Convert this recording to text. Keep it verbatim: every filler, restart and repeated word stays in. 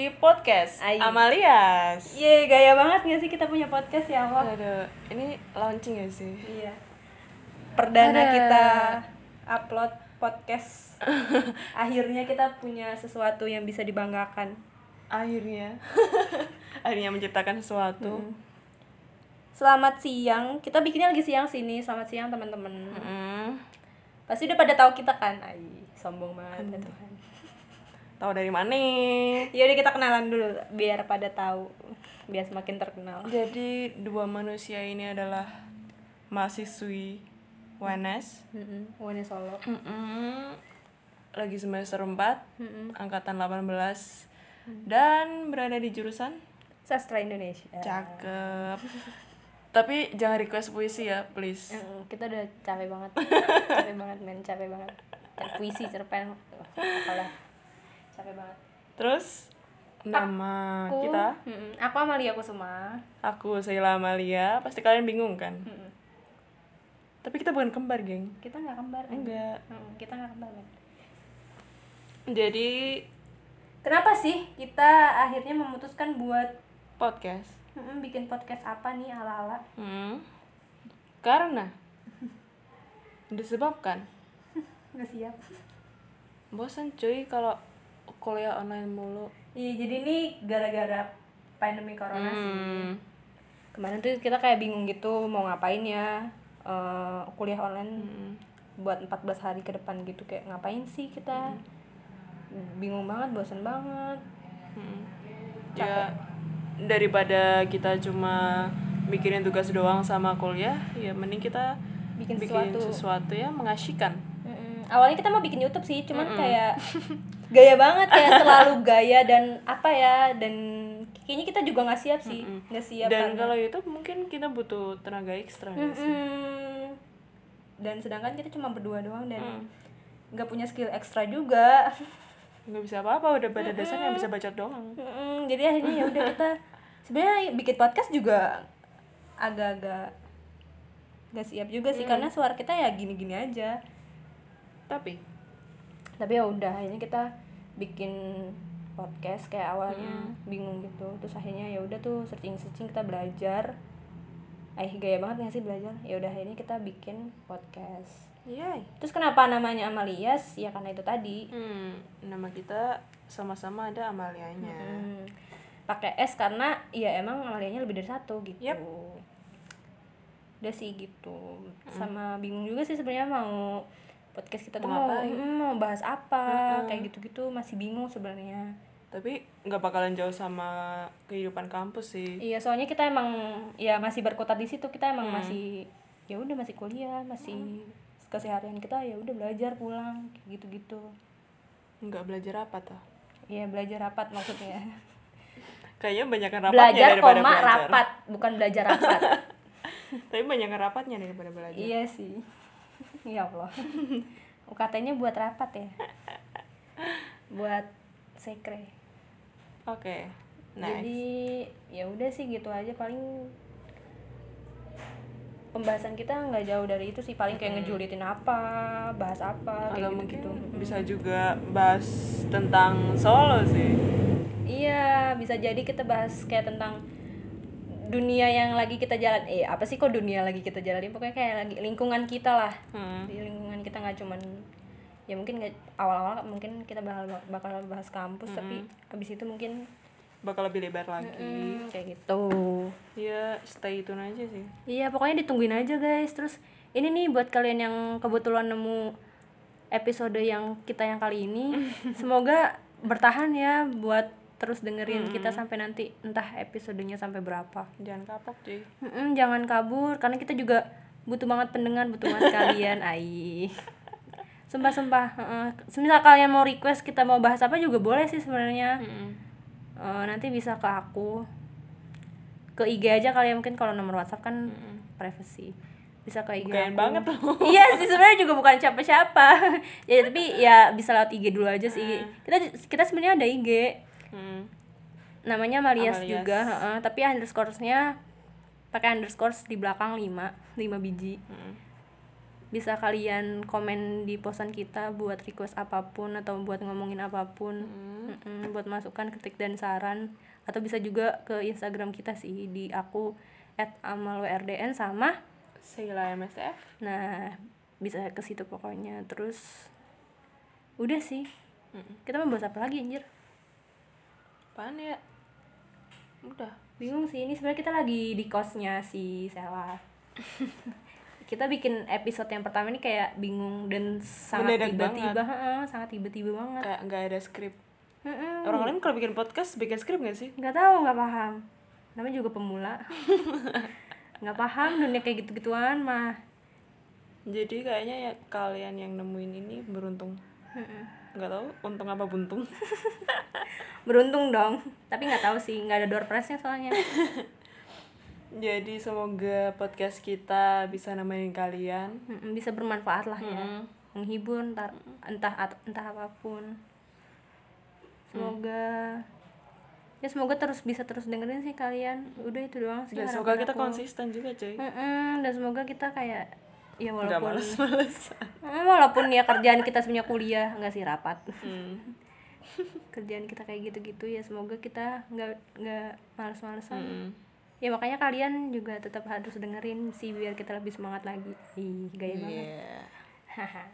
di podcast Ay. Amalias. Iya, gaya banget gak sih kita punya podcast ya Allah? Aduh, ini launching ya sih? Iya. Perdana Ada. kita upload podcast. Akhirnya kita punya sesuatu yang bisa dibanggakan. Akhirnya, akhirnya menciptakan sesuatu. Hmm. Selamat siang. Kita bikinnya lagi siang sini. Selamat siang teman-teman. Mm. Pasti udah pada tahu kita kan? Ay, sombong banget ya Tuhan. Tahu dari mana? Ya udah kita kenalan dulu biar pada tahu, biar semakin terkenal. Jadi dua manusia ini adalah mahasiswi U N S. Heeh, U N S Solo. Mm-mm. Lagi semester empat, Mm-mm. angkatan delapan belas. Dan berada di jurusan Sastra Indonesia. cakep. Tapi jangan request puisi ya, please. Mm, kita udah capek banget. Capek banget men, capek banget. Dan puisi cerpen apalah. Capek banget. Terus nama Aku, kita, mm, aku Amalia Kusuma. aku Sheila Amalia. Pasti kalian bingung kan? Mm-mm. Tapi kita bukan kembar, geng. Kita nggak kembar. Enggak. Mm, kita nggak kembar men. Jadi Kenapa sih kita akhirnya memutuskan buat podcast. mm, bikin podcast apa nih ala-ala? Hmm. Karena disebabkan Nggak siap. bosan cuy kalau kuliah online mulu. Iya, jadi ini gara-gara pandemi corona sih. Hmm. Kemarin tuh kita kayak bingung gitu mau ngapain ya, eh, kuliah online Hmm. buat empat belas hari ke depan gitu, kayak ngapain sih kita. Bingung banget, bosan banget. Hmm. Ya daripada kita cuma mikirin tugas doang sama kuliah, ya mending kita Bikin bikin sesuatu. sesuatu yang mengasyikan. Mm-mm. Awalnya kita mau bikin YouTube sih, cuman kayak gaya banget, kayak terlalu gaya dan apa ya, dan kayaknya kita juga nggak siap sih, nggak siap. Dan karena- kalau YouTube mungkin kita butuh tenaga ekstra nggak sih? Mm-mm. Dan sedangkan kita cuma berdua doang dan Mm. nggak punya skill ekstra juga. Nggak bisa apa-apa, udah pada dasarnya bisa bacot doang. Mm-mm. Jadi akhirnya ya udah kita sebenarnya bikin podcast juga agak-agak nggak siap juga sih, karena suara kita ya gini-gini aja. Tapi Tapi ya udah, akhirnya kita bikin podcast kayak awalnya bingung gitu, terus akhirnya ya udah tuh searching-searching, kita belajar. Eh gaya banget nggak sih belajar? Ya udah akhirnya kita bikin podcast. iya, Terus kenapa namanya Amalias? Ya karena itu tadi. hmm, nama kita sama-sama ada Amalianya. Hmm, pakai S karena ya emang Amalianya lebih dari satu gitu. Yep. Udah sih gitu. Sama bingung juga sih sebenarnya mau podcast kita tuh Mau mau, ngapain? mm, mau bahas apa, kayak gitu-gitu masih bingung sebenarnya. Tapi nggak bakalan jauh sama kehidupan kampus sih. Iya, soalnya kita emang ya masih berkutat di situ, kita emang masih ya udah masih kuliah, masih keseharian kita ya udah belajar pulang kayak gitu-gitu. Nggak belajar apa tuh? Iya, belajar rapat maksudnya. Kayaknya banyakan rapatnya Belajar daripada koma belajar. rapat, bukan belajar rapat. Tapi banyakan rapatnya daripada belajar. Iya sih. Ya Allah. U K T-nya buat rapat ya. Buat sekre. Oke. Next. Jadi ya udah sih gitu aja, paling pembahasan kita nggak jauh dari itu sih, paling kayak ngejulitin apa, bahas apa, kayak Atau gitu mungkin gitu. bisa juga bahas tentang Solo sih. Iya, bisa jadi kita bahas kayak tentang dunia yang lagi kita jalan. Eh apa sih kok dunia lagi kita jalanin? Pokoknya kayak lagi lingkungan kita lah. Hmm. Di lingkungan kita nggak cuman ya mungkin nggak, awal-awal mungkin kita bakal bakal bahas kampus, tapi abis itu mungkin Bakal lebih lebar lagi. mm, kayak gitu. Ya stay tune aja sih. Iya, pokoknya ditungguin aja guys. Terus ini nih buat kalian yang kebetulan nemu episode yang kita yang kali ini, semoga bertahan ya buat terus dengerin kita sampai nanti, entah episodenya sampai berapa. Jangan kapok cuy. Mm-mm, jangan kabur, karena kita juga butuh banget pendengar, butuh banget kalian. Ai. Sumpah-sumpah. Uh-uh. Semisal kalian mau request kita mau bahas apa juga boleh sih sebenarnya. Uh, nanti bisa ke aku, ke I G aja kalian, mungkin kalau nomor WhatsApp kan privacy, bisa ke I G Bukan aku. banget loh. Iya sih, sebenarnya juga bukan siapa-siapa. Ya tapi ya bisa lewat I G dulu aja sih. Kita kita sebenarnya ada I G. Hmm. Namanya Amalias, Amalias. juga, uh, tapi underscore-nya pakai underscore di belakang lima biji. Hmm. bisa kalian komen di posan kita buat request apapun atau buat ngomongin apapun. Mm-mm, buat masukan, kritik dan saran, atau bisa juga ke Instagram kita sih di aku at amalwrdn sama Sheila M S F. nah bisa ke situ pokoknya. Terus udah sih. Kita mau bahas apa lagi anjir? Apaan ya? Udah. Bingung sih, ini sebenarnya kita lagi di kosnya si Sela. Kita bikin episode yang pertama ini kayak bingung dan sangat Mendadak tiba-tiba, banget. heeh, sangat tiba-tiba banget. Kayak nggak ada skrip. Mm-mm. Orang lain kalau bikin podcast bikin skrip nggak sih? Nggak tahu, nggak paham. Namanya juga pemula. Nggak paham dunia kayak gitu-gituan mah. Jadi kayaknya ya kalian yang nemuin ini beruntung. Nggak tahu untung apa buntung. Beruntung dong, tapi nggak tahu sih, nggak ada door prize-nya soalnya. Jadi semoga podcast kita bisa nemenin kalian. Mm-mm, bisa bermanfaat lah ya. Mm-mm. Menghibur entah entah entah apapun. Semoga ya semoga terus bisa terus dengerin sih kalian. Udah itu doang sih. Dan harapan semoga kita aku. konsisten juga cuy. Mm-mm, dan semoga kita kayak ya Nggak walaupun males-malesan. Mm, walaupun ya kerjaan kita sebenarnya kuliah nggak sih rapat. Hmm. Kerjaan kita kayak gitu-gitu ya semoga kita nggak nggak males-malesan. Mm-mm. Ya makanya kalian juga tetap harus dengerin sih biar kita lebih semangat lagi. Ih, gaya banget. Yeah. Haha.